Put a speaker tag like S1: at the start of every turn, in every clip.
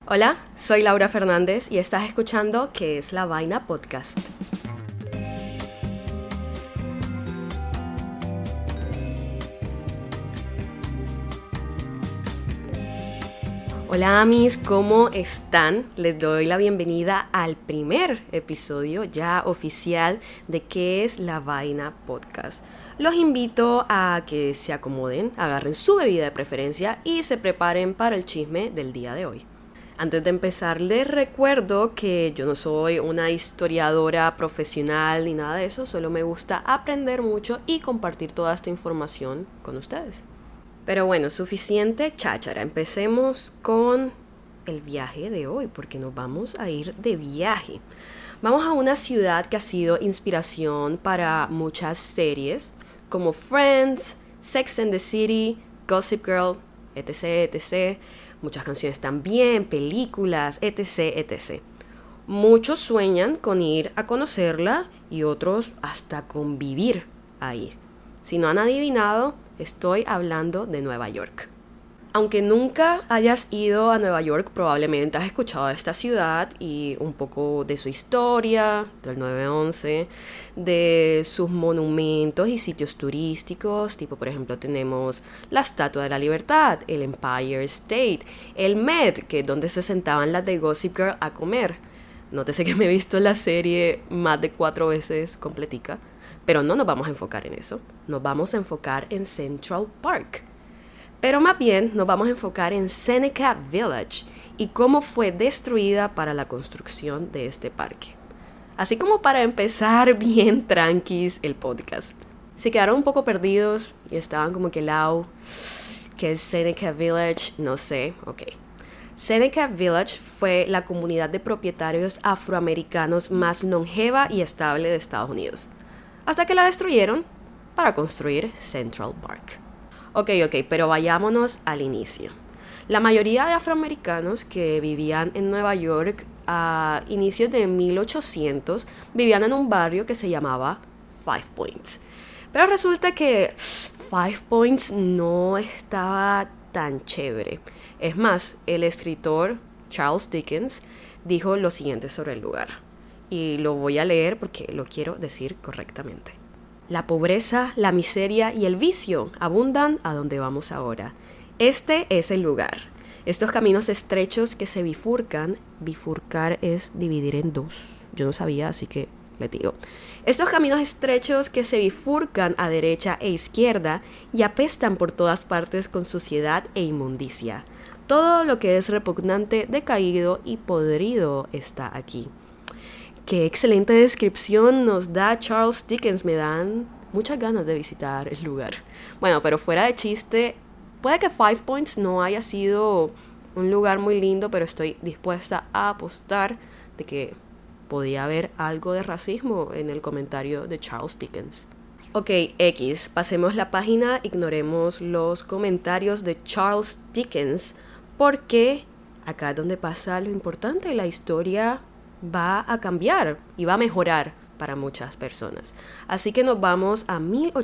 S1: Hola, soy Laura Fernández y estás escuchando ¿Qué es la vaina podcast? Hola amis, ¿cómo están? Les doy la bienvenida al primer episodio ya oficial de ¿Qué es la vaina podcast? Los invito a que se acomoden, agarren su bebida de preferencia y se preparen para el chisme del día de hoy. Antes de empezar, les recuerdo que yo no soy una historiadora profesional ni nada de eso, solo me gusta aprender mucho y compartir toda esta información con ustedes. Pero bueno, suficiente cháchara. Empecemos con el viaje de hoy, porque nos vamos a ir de viaje. Vamos a una ciudad que ha sido inspiración para muchas series, como Friends, Sex and the City, Gossip Girl, etc., etc., muchas canciones también, películas, etc., etc. Muchos sueñan con ir a conocerla y otros hasta con vivir ahí. Si no han adivinado, estoy hablando de Nueva York. Aunque nunca hayas ido a Nueva York, probablemente has escuchado de esta ciudad y un poco de su historia, del 9/11, de sus monumentos y sitios turísticos, tipo por ejemplo tenemos la Estatua de la Libertad, el Empire State, el Met, que es donde se sentaban las de Gossip Girl a comer. Nótese que me he visto la serie más de 4 veces completica, pero no nos vamos a enfocar en eso, nos vamos a enfocar en Central Park. Pero más bien nos vamos a enfocar en Seneca Village y cómo fue destruida para la construcción de este parque. Así como para empezar bien tranquis el podcast. Se quedaron un poco perdidos y estaban como que ¿qué es Seneca Village? No sé, ok. Seneca Village fue la comunidad de propietarios afroamericanos más longeva y estable de Estados Unidos, hasta que la destruyeron para construir Central Park. Ok, pero vayámonos al inicio. La mayoría de afroamericanos que vivían en Nueva York a inicios de 1800 vivían en un barrio que se llamaba Five Points. Pero resulta que Five Points no estaba tan chévere. Es más, el escritor Charles Dickens dijo lo siguiente sobre el lugar. Y lo voy a leer porque lo quiero decir correctamente. La pobreza, la miseria y el vicio abundan a donde vamos ahora. Este es el lugar. Estos caminos estrechos que se bifurcan es dividir en dos. Yo no sabía, así que le digo. Estos caminos estrechos que se bifurcan a derecha e izquierda y apestan por todas partes con suciedad e inmundicia. Todo lo que es repugnante, decaído y podrido está aquí. Qué excelente descripción nos da Charles Dickens, me dan muchas ganas de visitar el lugar. Bueno, pero fuera de chiste, puede que Five Points no haya sido un lugar muy lindo, pero estoy dispuesta a apostar de que podía haber algo de racismo en el comentario de Charles Dickens. Ok, pasemos la página, ignoremos los comentarios de Charles Dickens, porque acá es donde pasa lo importante, la historia va a cambiar y va a mejorar para muchas personas. Así que nos vamos a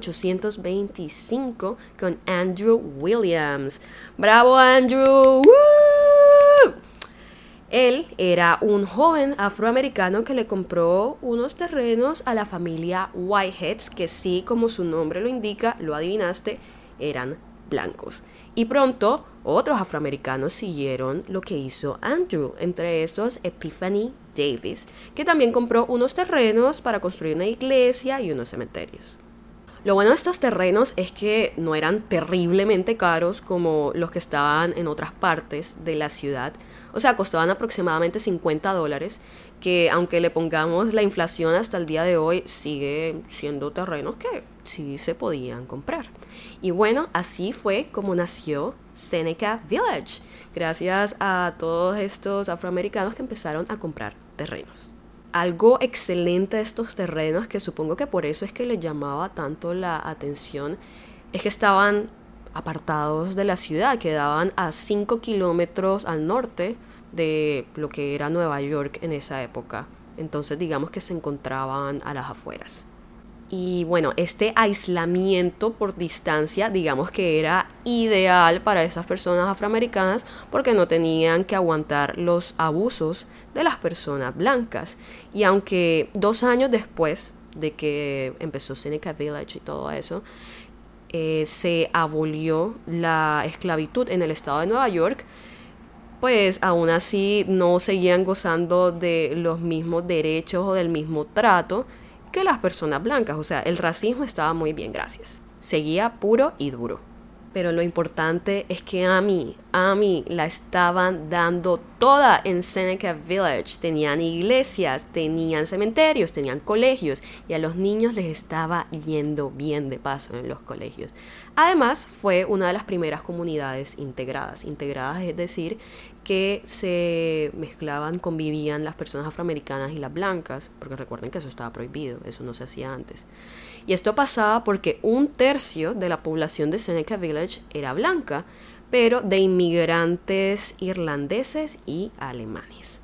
S1: 1825 con Andrew Williams. ¡Bravo, Andrew! ¡Woo! Él era un joven afroamericano que le compró unos terrenos a la familia Whiteheads, que sí, como su nombre lo indica, lo adivinaste, eran blancos. Y pronto otros afroamericanos siguieron lo que hizo Andrew, entre esos Epiphany Davis, que también compró unos terrenos para construir una iglesia y unos cementerios. Lo bueno de estos terrenos es que no eran terriblemente caros como los que estaban en otras partes de la ciudad. O sea, costaban aproximadamente $50, que aunque le pongamos la inflación hasta el día de hoy, sigue siendo terrenos que sí se podían comprar. Y bueno, así fue como nació Seneca Village, gracias a todos estos afroamericanos que empezaron a comprar terrenos. Algo excelente de estos terrenos, que supongo que por eso es que les llamaba tanto la atención, es que estaban apartados de la ciudad, quedaban a 5 kilómetros al norte de lo que era Nueva York en esa época. Entonces digamos que se encontraban a las afueras. Y bueno, este aislamiento por distancia, digamos que era ideal para esas personas afroamericanas porque no tenían que aguantar los abusos de las personas blancas. Y aunque 2 años después de que empezó Seneca Village y todo eso, se abolió la esclavitud en el estado de Nueva York, pues aún así no seguían gozando de los mismos derechos o del mismo trato que las personas blancas. O sea, el racismo estaba muy bien, gracias. Seguía puro y duro. Pero lo importante es que Amy la estaban dando toda en Seneca Village. Tenían iglesias, tenían cementerios, tenían colegios y a los niños les estaba yendo bien de paso en los colegios. Además, fue una de las primeras comunidades integradas. Integradas es decir, que se mezclaban, convivían las personas afroamericanas y las blancas, porque recuerden que eso estaba prohibido, eso no se hacía antes. Y esto pasaba porque 1/3 de la población de Seneca Village era blanca, pero de inmigrantes irlandeses y alemanes.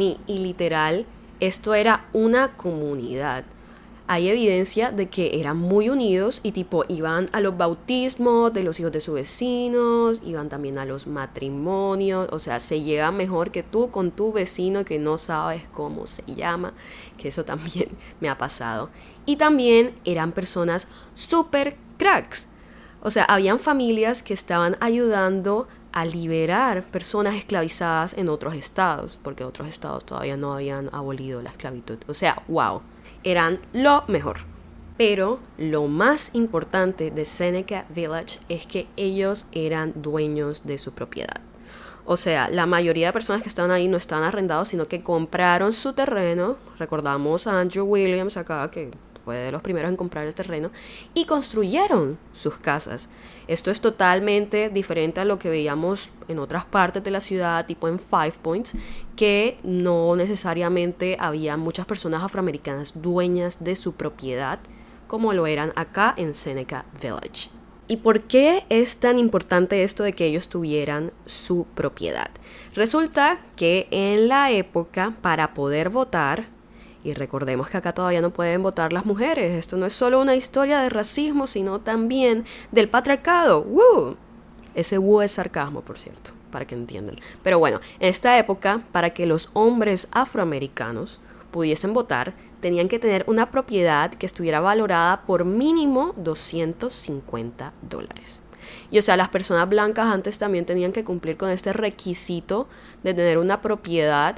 S1: Y literal, esto era una comunidad. Hay evidencia de que eran muy unidos y tipo iban a los bautismos de los hijos de sus vecinos, iban también a los matrimonios, o sea, se lleva mejor que tú con tu vecino que no sabes cómo se llama, que eso también me ha pasado. Y también eran personas súper cracks. O sea, habían familias que estaban ayudando a liberar personas esclavizadas en otros estados, porque otros estados todavía no habían abolido la esclavitud. O sea, wow, eran lo mejor. Pero lo más importante de Seneca Village es que ellos eran dueños de su propiedad. O sea, la mayoría de personas que estaban ahí no estaban arrendados, sino que compraron su terreno. Recordamos a Andrew Williams acá, que fue de los primeros en comprar el terreno, y construyeron sus casas. Esto es totalmente diferente a lo que veíamos en otras partes de la ciudad, tipo en Five Points, que no necesariamente había muchas personas afroamericanas dueñas de su propiedad, como lo eran acá en Seneca Village. ¿Y por qué es tan importante esto de que ellos tuvieran su propiedad? Resulta que en la época, para poder votar, y recordemos que acá todavía no pueden votar las mujeres, esto no es solo una historia de racismo, sino también del patriarcado. ¡Woo! Ese "woo" es sarcasmo, por cierto, para que entiendan. Pero bueno, en esta época, para que los hombres afroamericanos pudiesen votar, tenían que tener una propiedad que estuviera valorada por mínimo $250. Y o sea, las personas blancas antes también tenían que cumplir con este requisito de tener una propiedad,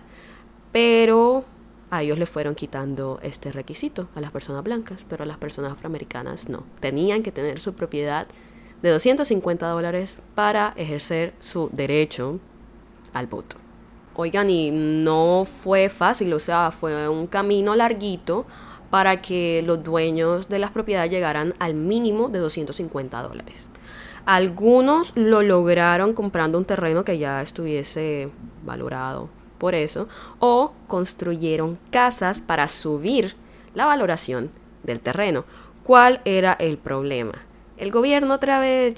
S1: pero a ellos les fueron quitando este requisito a las personas blancas, pero a las personas afroamericanas no. Tenían que tener su propiedad de $250 para ejercer su derecho al voto. Oigan, y no fue fácil, o sea, fue un camino larguito para que los dueños de las propiedades llegaran al mínimo de $250. Algunos lo lograron comprando un terreno que ya estuviese valorado por eso, o construyeron casas para subir la valoración del terreno. ¿Cuál era el problema? El gobierno otra vez,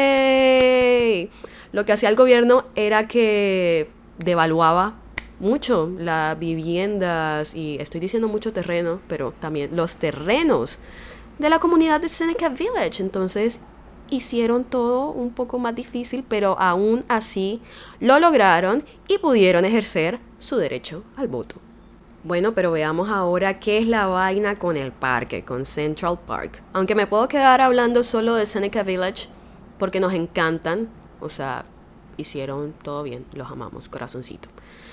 S1: ¡yay! Lo que hacía el gobierno era que devaluaba mucho las viviendas, y estoy diciendo mucho terreno, pero también los terrenos de la comunidad de Seneca Village. Entonces hicieron todo un poco más difícil, pero aún así lo lograron y pudieron ejercer su derecho al voto. Bueno, pero veamos ahora qué es la vaina con el parque, con Central Park. Aunque me puedo quedar hablando solo de Seneca Village porque nos encantan, o sea, hicieron todo bien, los amamos, corazoncito.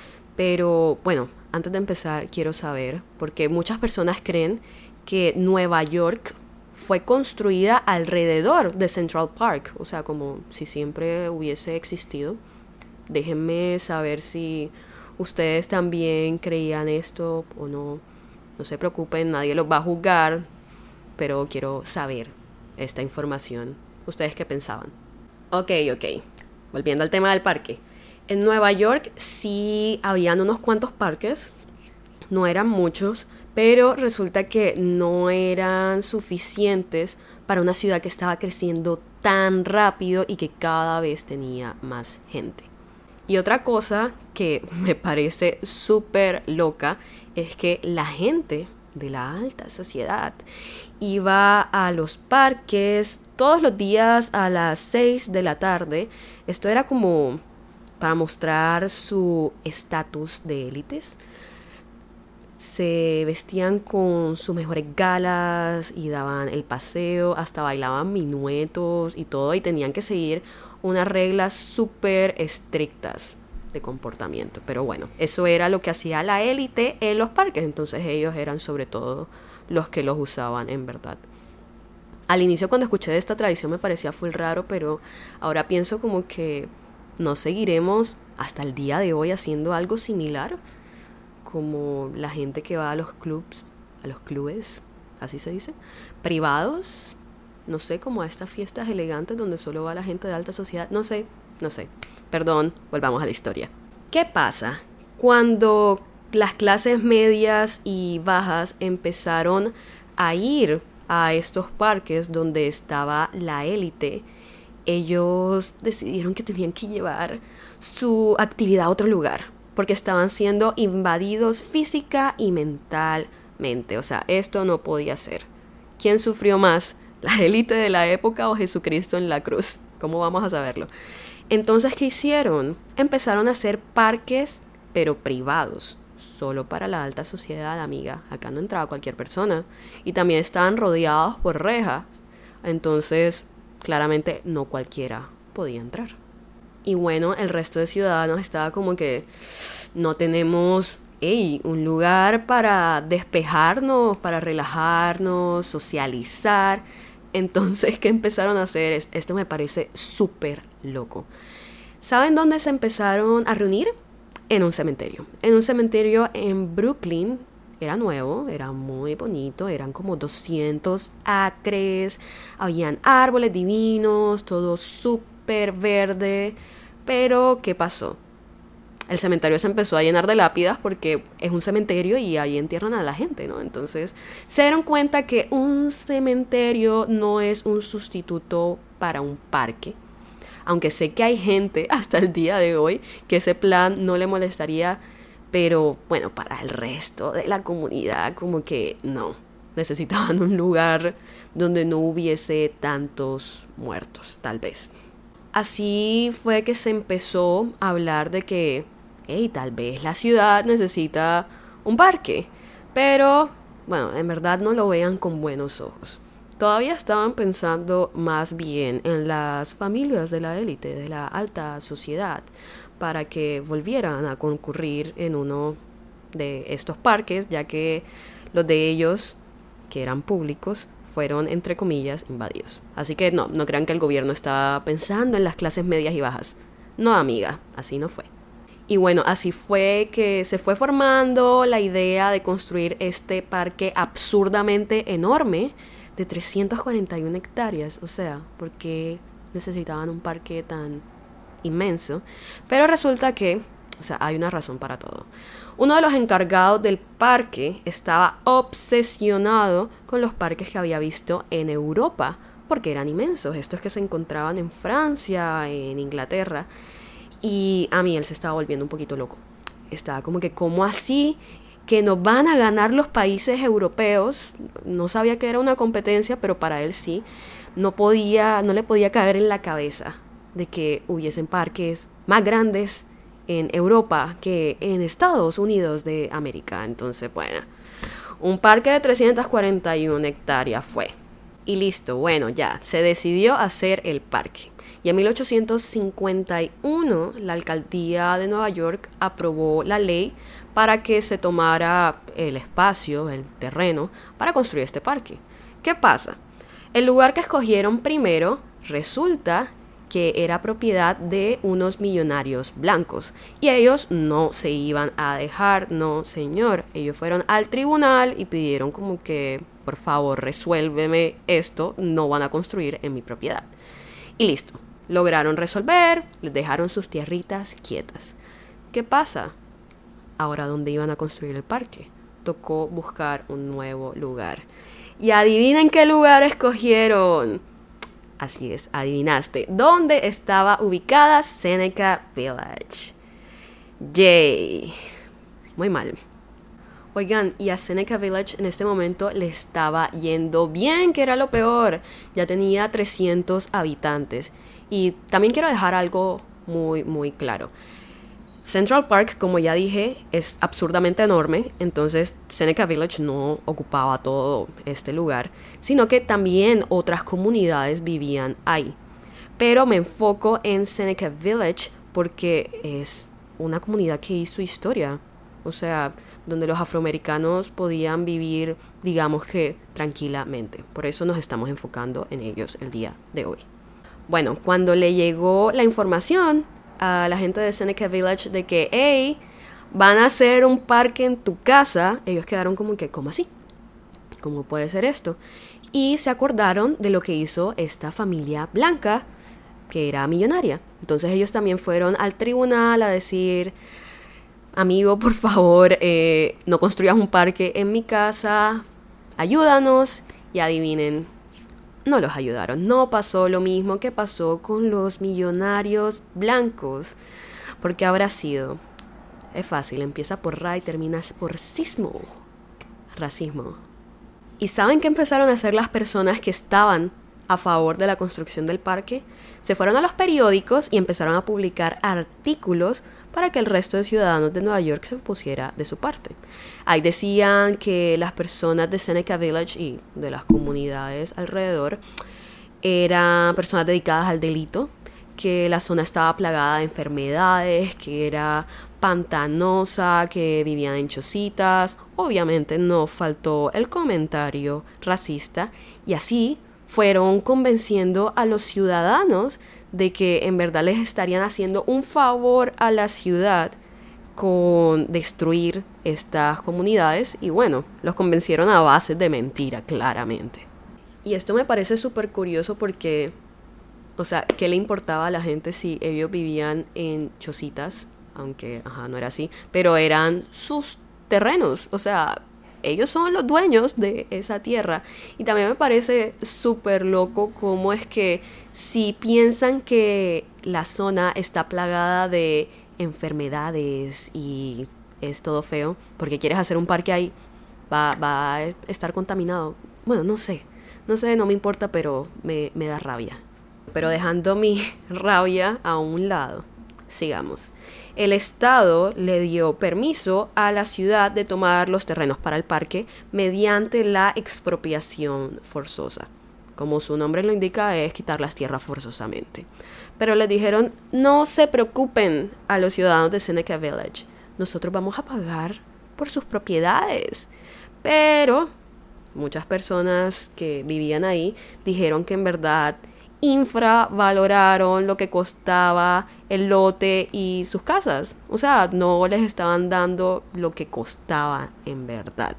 S1: Pero bueno, antes de empezar quiero saber, porque muchas personas creen que Nueva York fue construida alrededor de Central Park, o sea, como si siempre hubiese existido. Déjenme saber si ustedes también creían esto o no. No se preocupen, nadie los va a juzgar, pero quiero saber esta información. ¿Ustedes qué pensaban? Ok. Volviendo al tema del parque. En Nueva York sí habían unos cuantos parques, no eran muchos, pero resulta que no eran suficientes para una ciudad que estaba creciendo tan rápido y que cada vez tenía más gente. Y otra cosa que me parece súper loca es que la gente de la alta sociedad. Iba a los parques todos los días a las 6 de la tarde. Esto era como para mostrar su estatus de élites. Se vestían con sus mejores galas y daban el paseo, hasta bailaban minuetos y todo, y tenían que seguir unas reglas súper estrictas de comportamiento. Pero bueno, eso era lo que hacía la élite en los parques, entonces ellos eran sobre todo los que los usaban en verdad. Al inicio, cuando escuché de esta tradición, me parecía full raro, pero ahora pienso como que no seguiremos hasta el día de hoy haciendo algo similar, como la gente que va a los clubes, así se dice, privados, no sé, como a estas fiestas elegantes donde solo va la gente de alta sociedad, no sé, perdón, volvamos a la historia. ¿Qué pasa? Cuando las clases medias y bajas empezaron a ir a estos parques donde estaba la élite, ellos decidieron que tenían que llevar su actividad a otro lugar, porque estaban siendo invadidos física y mentalmente. O sea, esto no podía ser. ¿Quién sufrió más? ¿La élite de la época o Jesucristo en la cruz? ¿Cómo vamos a saberlo? Entonces, ¿qué hicieron? Empezaron a hacer parques, pero privados, solo para la alta sociedad, amiga. Acá no entraba cualquier persona. Y también estaban rodeados por reja. Entonces, claramente no cualquiera podía entrar. Y bueno, el resto de ciudadanos estaba como que no tenemos un lugar para despejarnos, para relajarnos, socializar. Entonces, ¿qué empezaron a hacer? Esto me parece súper loco. ¿Saben dónde se empezaron a reunir? En un cementerio. En un cementerio en Brooklyn. Era nuevo, era muy bonito, eran como 200 acres, habían árboles divinos, todo súper verde. Pero, ¿qué pasó? El cementerio se empezó a llenar de lápidas porque es un cementerio y ahí entierran a la gente, ¿no? Entonces, se dieron cuenta que un cementerio no es un sustituto para un parque. Aunque sé que hay gente hasta el día de hoy que ese plan no le molestaría, pero bueno, para el resto de la comunidad como que no. Necesitaban un lugar donde no hubiese tantos muertos, tal vez. Así fue que se empezó a hablar de que, tal vez la ciudad necesita un parque. Pero, bueno, en verdad no lo vean con buenos ojos. Todavía estaban pensando más bien en las familias de la élite, de la alta sociedad, para que volvieran a concurrir en uno de estos parques, ya que los de ellos, que eran públicos, fueron, entre comillas, invadidos. Así que no crean que el gobierno estaba pensando en las clases medias y bajas. No, amiga, así no fue. Y bueno, así fue que se fue formando la idea de construir este parque absurdamente enorme de 341 hectáreas. O sea, ¿por qué necesitaban un parque tan inmenso? Pero resulta que, hay una razón para todo. Uno de los encargados del parque estaba obsesionado con los parques que había visto en Europa, porque eran inmensos, estos que se encontraban en Francia, en Inglaterra, y a mí él se estaba volviendo un poquito loco. Estaba como que, ¿cómo así que nos van a ganar los países europeos? No sabía que era una competencia, pero para él sí. No le podía caer en la cabeza de que hubiesen parques más grandes en Europa que en Estados Unidos de América. Entonces, bueno, un parque de 341 hectáreas fue. Y listo, bueno, ya, se decidió hacer el parque. Y en 1851 la alcaldía de Nueva York aprobó la ley para que se tomara el espacio, el terreno, para construir este parque. ¿Qué pasa? El lugar que escogieron primero resulta que era propiedad de unos millonarios blancos. Y ellos no se iban a dejar, no señor. Ellos fueron al tribunal y pidieron como que, por favor, resuélveme esto, no van a construir en mi propiedad. Y listo, lograron resolver, les dejaron sus tierritas quietas. ¿Qué pasa? Ahora, ¿dónde iban a construir el parque? Tocó buscar un nuevo lugar. Y adivinen qué lugar escogieron. Así es, adivinaste. ¿Dónde estaba ubicada Seneca Village? Yay. Muy mal. Oigan, y a Seneca Village en este momento le estaba yendo bien, que era lo peor. Ya tenía 300 habitantes. Y también quiero dejar algo muy, muy claro. Central Park, como ya dije, es absurdamente enorme, entonces Seneca Village no ocupaba todo este lugar, sino que también otras comunidades vivían ahí. Pero me enfoco en Seneca Village porque es una comunidad que hizo historia, o sea, donde los afroamericanos podían vivir, digamos que tranquilamente. Por eso nos estamos enfocando en ellos el día de hoy. Bueno, cuando le llegó la información a la gente de Seneca Village de que, hey, van a hacer un parque en tu casa, ellos quedaron como que, ¿cómo así? ¿Cómo puede ser esto? Y se acordaron de lo que hizo esta familia blanca, que era millonaria. Entonces ellos también fueron al tribunal a decir, amigo, por favor, no construyas un parque en mi casa, ayúdanos. Y adivinen, no los ayudaron. No pasó lo mismo que pasó con los millonarios blancos. Porque habrá sido. Es fácil, empieza por ra y termina por cismo. Racismo. ¿Y saben qué empezaron a hacer las personas que estaban a favor de la construcción del parque? Se fueron a los periódicos y empezaron a publicar artículos para que el resto de ciudadanos de Nueva York se pusiera de su parte. Ahí decían que las personas de Seneca Village y de las comunidades alrededor eran personas dedicadas al delito, que la zona estaba plagada de enfermedades, que era pantanosa, que vivían en chocitas. Obviamente no faltó el comentario racista y así fueron convenciendo a los ciudadanos de que en verdad les estarían haciendo un favor a la ciudad con destruir estas comunidades y bueno, los convencieron a base de mentira, claramente. Y esto me parece súper curioso porque, o sea, ¿qué le importaba a la gente si ellos vivían en chocitas? Aunque, no era así, pero eran sus terrenos, o sea, ellos son los dueños de esa tierra. Y también me parece súper loco cómo es que si piensan que la zona está plagada de enfermedades y es todo feo, porque quieres hacer un parque ahí, va a estar contaminado. Bueno, no sé, no me importa, pero me da rabia. Pero dejando mi rabia a un lado, sigamos. El Estado le dio permiso a la ciudad de tomar los terrenos para el parque mediante la expropiación forzosa. Como su nombre lo indica, es quitar las tierras forzosamente. Pero les dijeron, no se preocupen a los ciudadanos de Seneca Village. Nosotros vamos a pagar por sus propiedades. Pero muchas personas que vivían ahí dijeron que en verdad infravaloraron lo que costaba el lote y sus casas. O sea, no les estaban dando lo que costaba en verdad.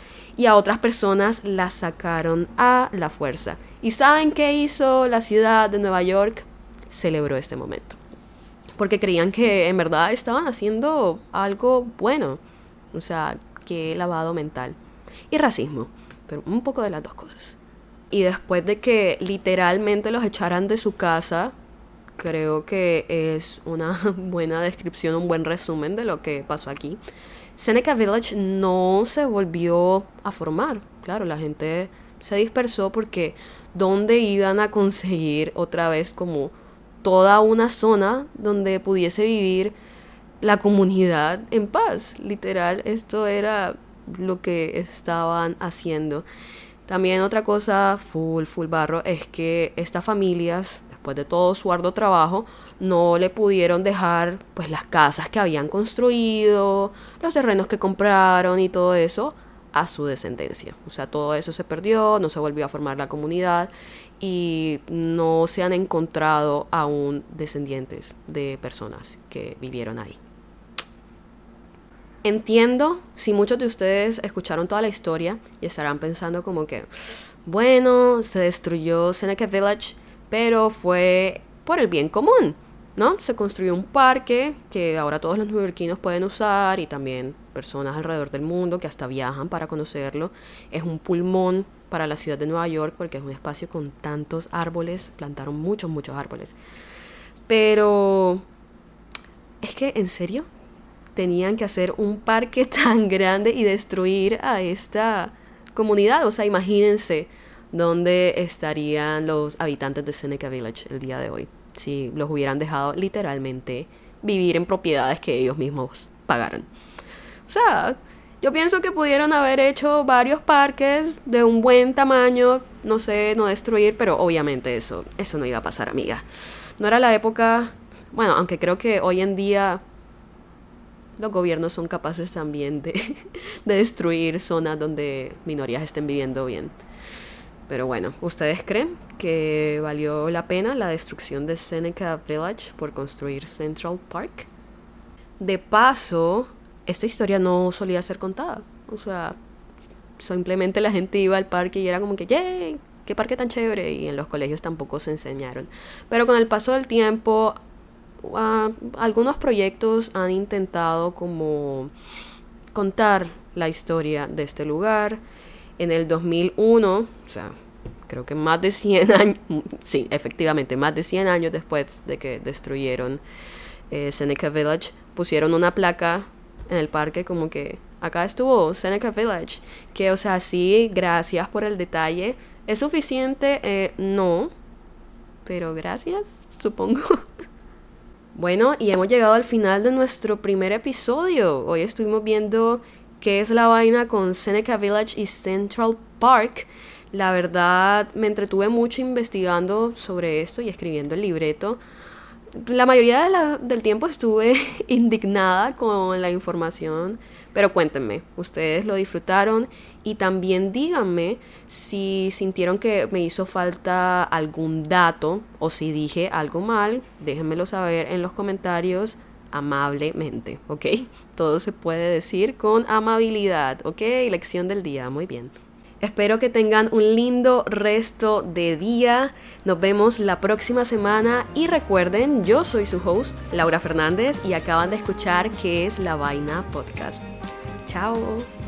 S1: Y a otras personas las sacaron a la fuerza. ¿Y saben qué hizo la ciudad de Nueva York? Celebró este momento. Porque creían que en verdad estaban haciendo algo bueno. O sea, que lavado mental. Y racismo. Pero un poco de las dos cosas. Y después de que literalmente los echaran de su casa, creo que es una buena descripción, un buen resumen de lo que pasó aquí. Seneca Village no se volvió a formar. Claro, la gente se dispersó porque ¿dónde iban a conseguir otra vez como toda una zona donde pudiese vivir la comunidad en paz? Literal, esto era lo que estaban haciendo. También otra cosa full barro es que estas familias, después de todo su arduo trabajo, no le pudieron dejar pues las casas que habían construido, los terrenos que compraron y todo eso a su descendencia. O sea, todo eso se perdió, no se volvió a formar la comunidad y no se han encontrado aún descendientes de personas que vivieron ahí. Entiendo si muchos de ustedes escucharon toda la historia y estarán pensando como que, bueno, se destruyó Seneca Village, pero fue por el bien común, ¿no? Se construyó un parque que ahora todos los neoyorquinos pueden usar y también personas alrededor del mundo que hasta viajan para conocerlo. Es un pulmón para la ciudad de Nueva York porque es un espacio con tantos árboles, plantaron muchos árboles. Pero, ¿es que en serio? tenían que hacer un parque tan grande y destruir a esta comunidad. O sea, imagínense dónde estarían los habitantes de Seneca Village el día de hoy si los hubieran dejado literalmente vivir en propiedades que ellos mismos pagaron. O sea, yo pienso que pudieron haber hecho varios parques de un buen tamaño, no sé, no destruir, pero obviamente eso no iba a pasar, amiga. No era la época, bueno, aunque creo que hoy en día los gobiernos son capaces también de destruir zonas donde minorías estén viviendo bien. Pero bueno, ¿ustedes creen que valió la pena la destrucción de Seneca Village por construir Central Park? De paso, esta historia no solía ser contada. O sea, simplemente la gente iba al parque y era como que ¡yay! ¡Qué parque tan chévere! Y en los colegios tampoco se enseñaron. Pero con el paso del tiempo, algunos proyectos han intentado como contar la historia de este lugar. En el 2001, o sea, creo que más de 100 años, sí, efectivamente, más de 100 años después de que destruyeron Seneca Village, pusieron una placa en el parque como que acá estuvo Seneca Village, que, o sea, sí, gracias por el detalle. ¿Es suficiente? No, pero gracias, supongo. Bueno, y hemos llegado al final de nuestro primer episodio. Hoy estuvimos viendo qué es la vaina con Seneca Village y Central Park. La verdad, me entretuve mucho investigando sobre esto y escribiendo el libreto. La mayoría del tiempo estuve indignada con la información, pero cuéntenme, ¿ustedes lo disfrutaron? Y también díganme si sintieron que me hizo falta algún dato o si dije algo mal, déjenmelo saber en los comentarios amablemente, ¿ok? Todo se puede decir con amabilidad, ¿ok? Lección del día, muy bien. Espero que tengan un lindo resto de día. Nos vemos la próxima semana y recuerden, yo soy su host, Laura Fernández, y acaban de escuchar ¿Qué es la Vaina Podcast? Chao.